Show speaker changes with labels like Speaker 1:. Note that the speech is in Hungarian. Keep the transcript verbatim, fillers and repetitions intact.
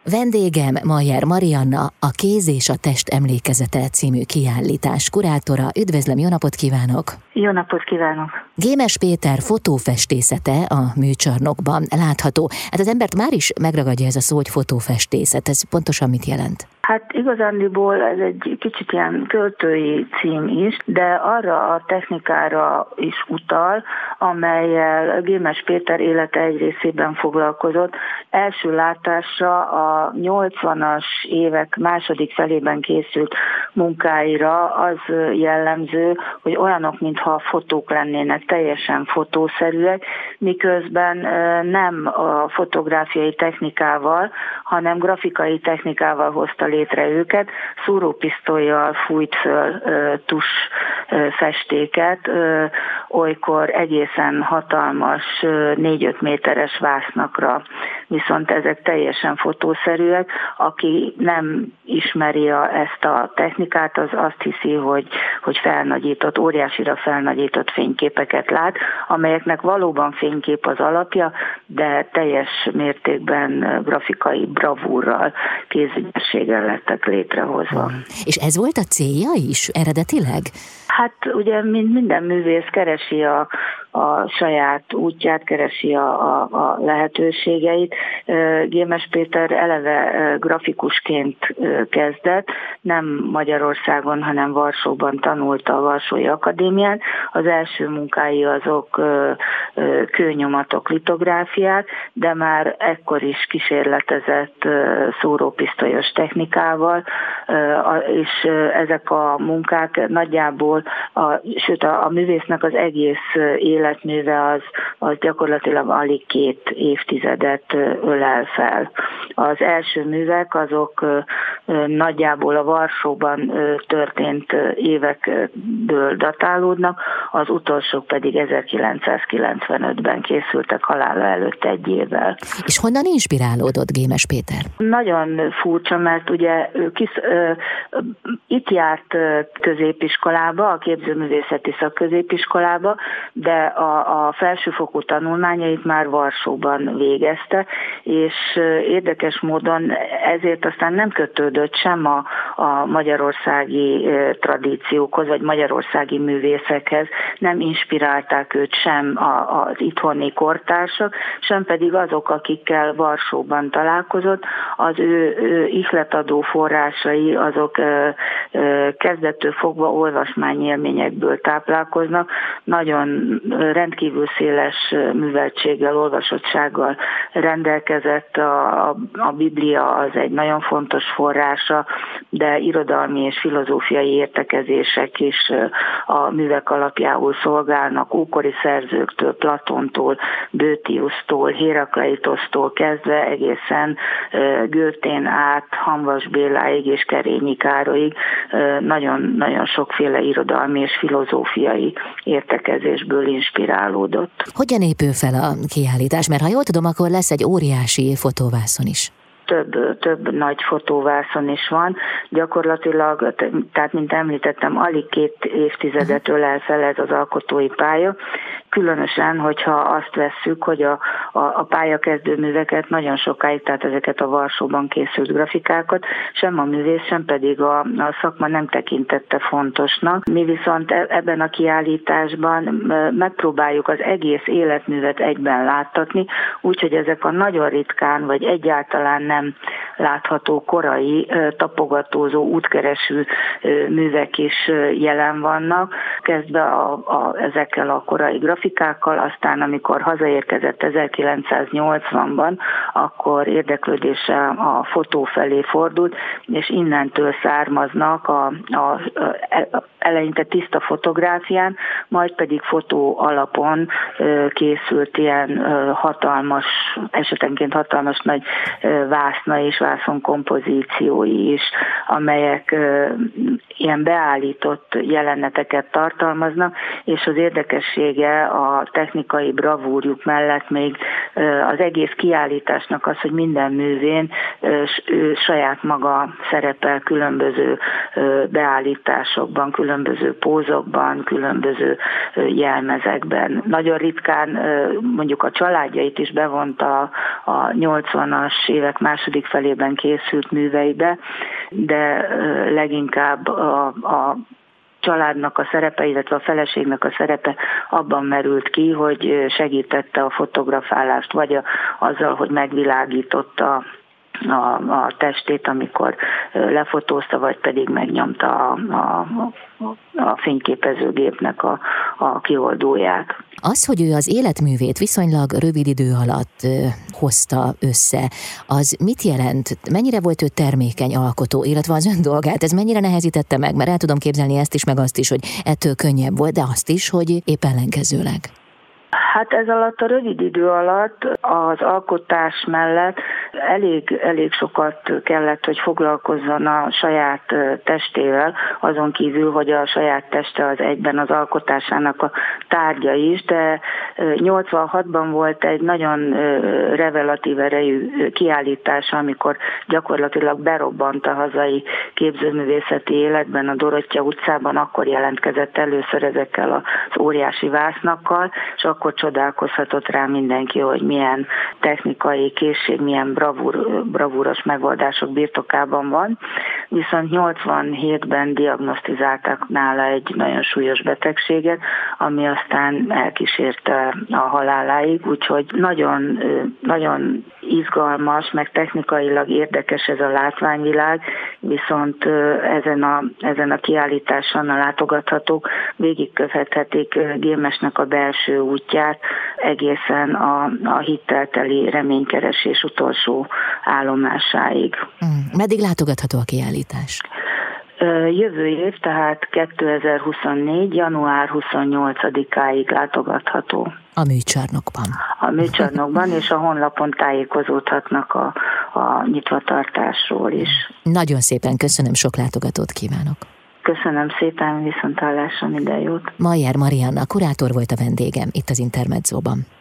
Speaker 1: Vendégem Mayer Marianna, a Kéz és a test emlékezete című kiállítás kurátora. Üdvözlöm, jó napot kívánok!
Speaker 2: Jó napot kívánok!
Speaker 1: Gémes Péter fotófestészete a műcsarnokban látható. Hát az embert már is megragadja ez a szó, hogy fotófestészet. Ez pontosan mit jelent?
Speaker 2: Hát igazándiból ez egy kicsit ilyen költői cím is, de arra a technikára is utal, amellyel Gémes Péter élete egy részében foglalkozott. Első látásra a nyolcvanas évek második felében készült munkáira az jellemző, hogy olyanok, mintha fotók lennének, teljesen fotószerűek, miközben nem a fotográfiai technikával, hanem grafikai technikával hozta létre őket, szúrópisztollyal fújt föl tus festéket, olykor egészen hatalmas négy-öt méteres vásznakra, viszont ezek teljesen fotószerűek. Aki nem ismeri a, ezt a technikát, az azt hiszi, hogy, hogy felnagyított, óriásira felnagyított fényképeket lát, amelyeknek valóban fénykép az alapja, de teljes mértékben grafikai bravúrral, kézügyességgel lettek létrehozva.
Speaker 1: És ez volt a célja is eredetileg?
Speaker 2: Hát ugye minden művész keresi a, a saját útját, keresi a, a, a lehetőségeit. Gémes Péter eleve grafikusként kezdett, nem Magyarországon, hanem Varsóban tanult a Varsói Akadémián. Az első munkái azok kőnyomatok, litográfiák, de már ekkor is kísérletezett szórópisztolyos technikával, és ezek a munkák nagyjából A, sőt, a, a művésznek az egész életműve az, az gyakorlatilag alig két évtizedet ölel fel. Az első művek azok nagyjából a Varsóban történt évekből datálódnak, az utolsók pedig ezerkilencszázkilencvenötben készültek halála előtt egy évvel.
Speaker 1: És honnan inspirálódott Gémes Péter?
Speaker 2: Nagyon furcsa, mert ugye ő kis, ö, itt járt középiskolába, a képzőművészeti szakközépiskolába, de a, a felsőfokú tanulmányait már Varsóban végezte, és érdekes módon ezért aztán nem kötődött sem a, a magyarországi tradíciókhoz, vagy magyarországi művészekhez, nem inspirálták őt sem a, az itthoni kortársak, sem pedig azok, akikkel Varsóban találkozott. Az ő, ő ihletadó forrásai azok kezdettől fogva olvasmány élményekből táplálkoznak, nagyon rendkívül széles műveltséggel, olvasottsággal rendelkezett, a, a Biblia az egy nagyon fontos forrása, de irodalmi és filozófiai értekezések is a művek alapjául szolgálnak, ókori szerzőktől, Platontól, Bötiusztól, Hérakleitosztól kezdve egészen Goethén át, Hamvas Béláig és Kerényi Károlyig nagyon-nagyon sokféle irodalmi és filozófiai értekezésből inspirálódott.
Speaker 1: Hogyan épül fel a kiállítás? Mert ha jól tudom, akkor lesz egy óriási fotóvászon is.
Speaker 2: Több, több nagy fotóvászon is van. Gyakorlatilag, tehát mint említettem, alig két évtizedet ölel fel ez az alkotói pálya. Különösen, hogyha azt vesszük, hogy a, a, a pályakezdőműveket nagyon sokáig, tehát ezeket a Varsóban készült grafikákat, sem a művész, sem pedig a, a szakma nem tekintette fontosnak. Mi viszont ebben a kiállításban megpróbáljuk az egész életművet egyben láttatni, úgyhogy ezek a nagyon ritkán, vagy egyáltalán nem látható korai tapogatózó, útkereső művek is jelen vannak, kezdve a, a, ezekkel a korai grafikákkal, aztán amikor hazaérkezett ezerkilencszáznyolcvanban, akkor érdeklődése a fotó felé fordult, és innentől származnak a, a, a eleinte tiszta fotográfián, majd pedig fotó alapon készült ilyen hatalmas, esetenként hatalmas nagy vászna és vászonkompozíciói is, amelyek ilyen beállított jeleneteket tartalmaznak, és az érdekessége a technikai bravúrjuk mellett még az egész kiállításnak az, hogy minden művén ő saját maga szerepel különböző beállításokban, különböző pózokban, különböző jelmezekben. Nagyon ritkán mondjuk a családjait is bevonta a nyolcvanas évek második felében életében készült műveibe, de leginkább a, a családnak a szerepe, illetve a feleségnek a szerepe abban merült ki, hogy segítette a fotografálást, vagy a, azzal, hogy megvilágította a, a testét, amikor lefotózta, vagy pedig megnyomta a, a, a fényképezőgépnek a, a kioldóját.
Speaker 1: Az, hogy ő az életművét viszonylag rövid idő alatt ö, hozta össze, az mit jelent? Mennyire volt ő termékeny alkotó, illetve az ön dolgát? Ez mennyire nehezítette meg? Mert el tudom képzelni ezt is, meg azt is, hogy ettől könnyebb volt, de azt is, hogy épp ellenkezőleg.
Speaker 2: Hát ez alatt a rövid idő alatt az alkotás mellett elég, elég sokat kellett, hogy foglalkozzon a saját testével, azon kívül, hogy a saját teste az egyben az alkotásának a tárgya is, de nyolcvanhatban volt egy nagyon revelatív erejű kiállítása, amikor gyakorlatilag berobbant a hazai képzőművészeti életben, a Dorottya utcában, akkor jelentkezett először ezekkel az óriási vásznakkal, és akkor csodálkozhatott rá mindenki, hogy milyen technikai készség, milyen bravúr, bravúros megoldások birtokában van. Viszont nyolcvanhétben diagnosztizáltak nála egy nagyon súlyos betegséget, ami aztán elkísérte a haláláig, úgyhogy nagyon, nagyon izgalmas, meg technikailag érdekes ez a látványvilág, viszont ezen a, ezen a kiállításon a látogathatók végigkövethetik Gémesnek a belső útját egészen a, a hittelteli reménykeresés utolsó állomásáig.
Speaker 1: Hmm. Meddig látogatható a kiállítás?
Speaker 2: Jövő év, tehát kétezer-huszonnégy. január huszonnyolcadikáig látogatható.
Speaker 1: A műcsarnokban.
Speaker 2: A műcsarnokban, és a honlapon tájékozódhatnak a, a nyitvatartásról is.
Speaker 1: Nagyon szépen köszönöm, sok látogatót kívánok.
Speaker 2: Köszönöm szépen, viszonthallásra, minden jót.
Speaker 1: Mayer Marianna kurátor volt a vendégem itt az Intermedzóban.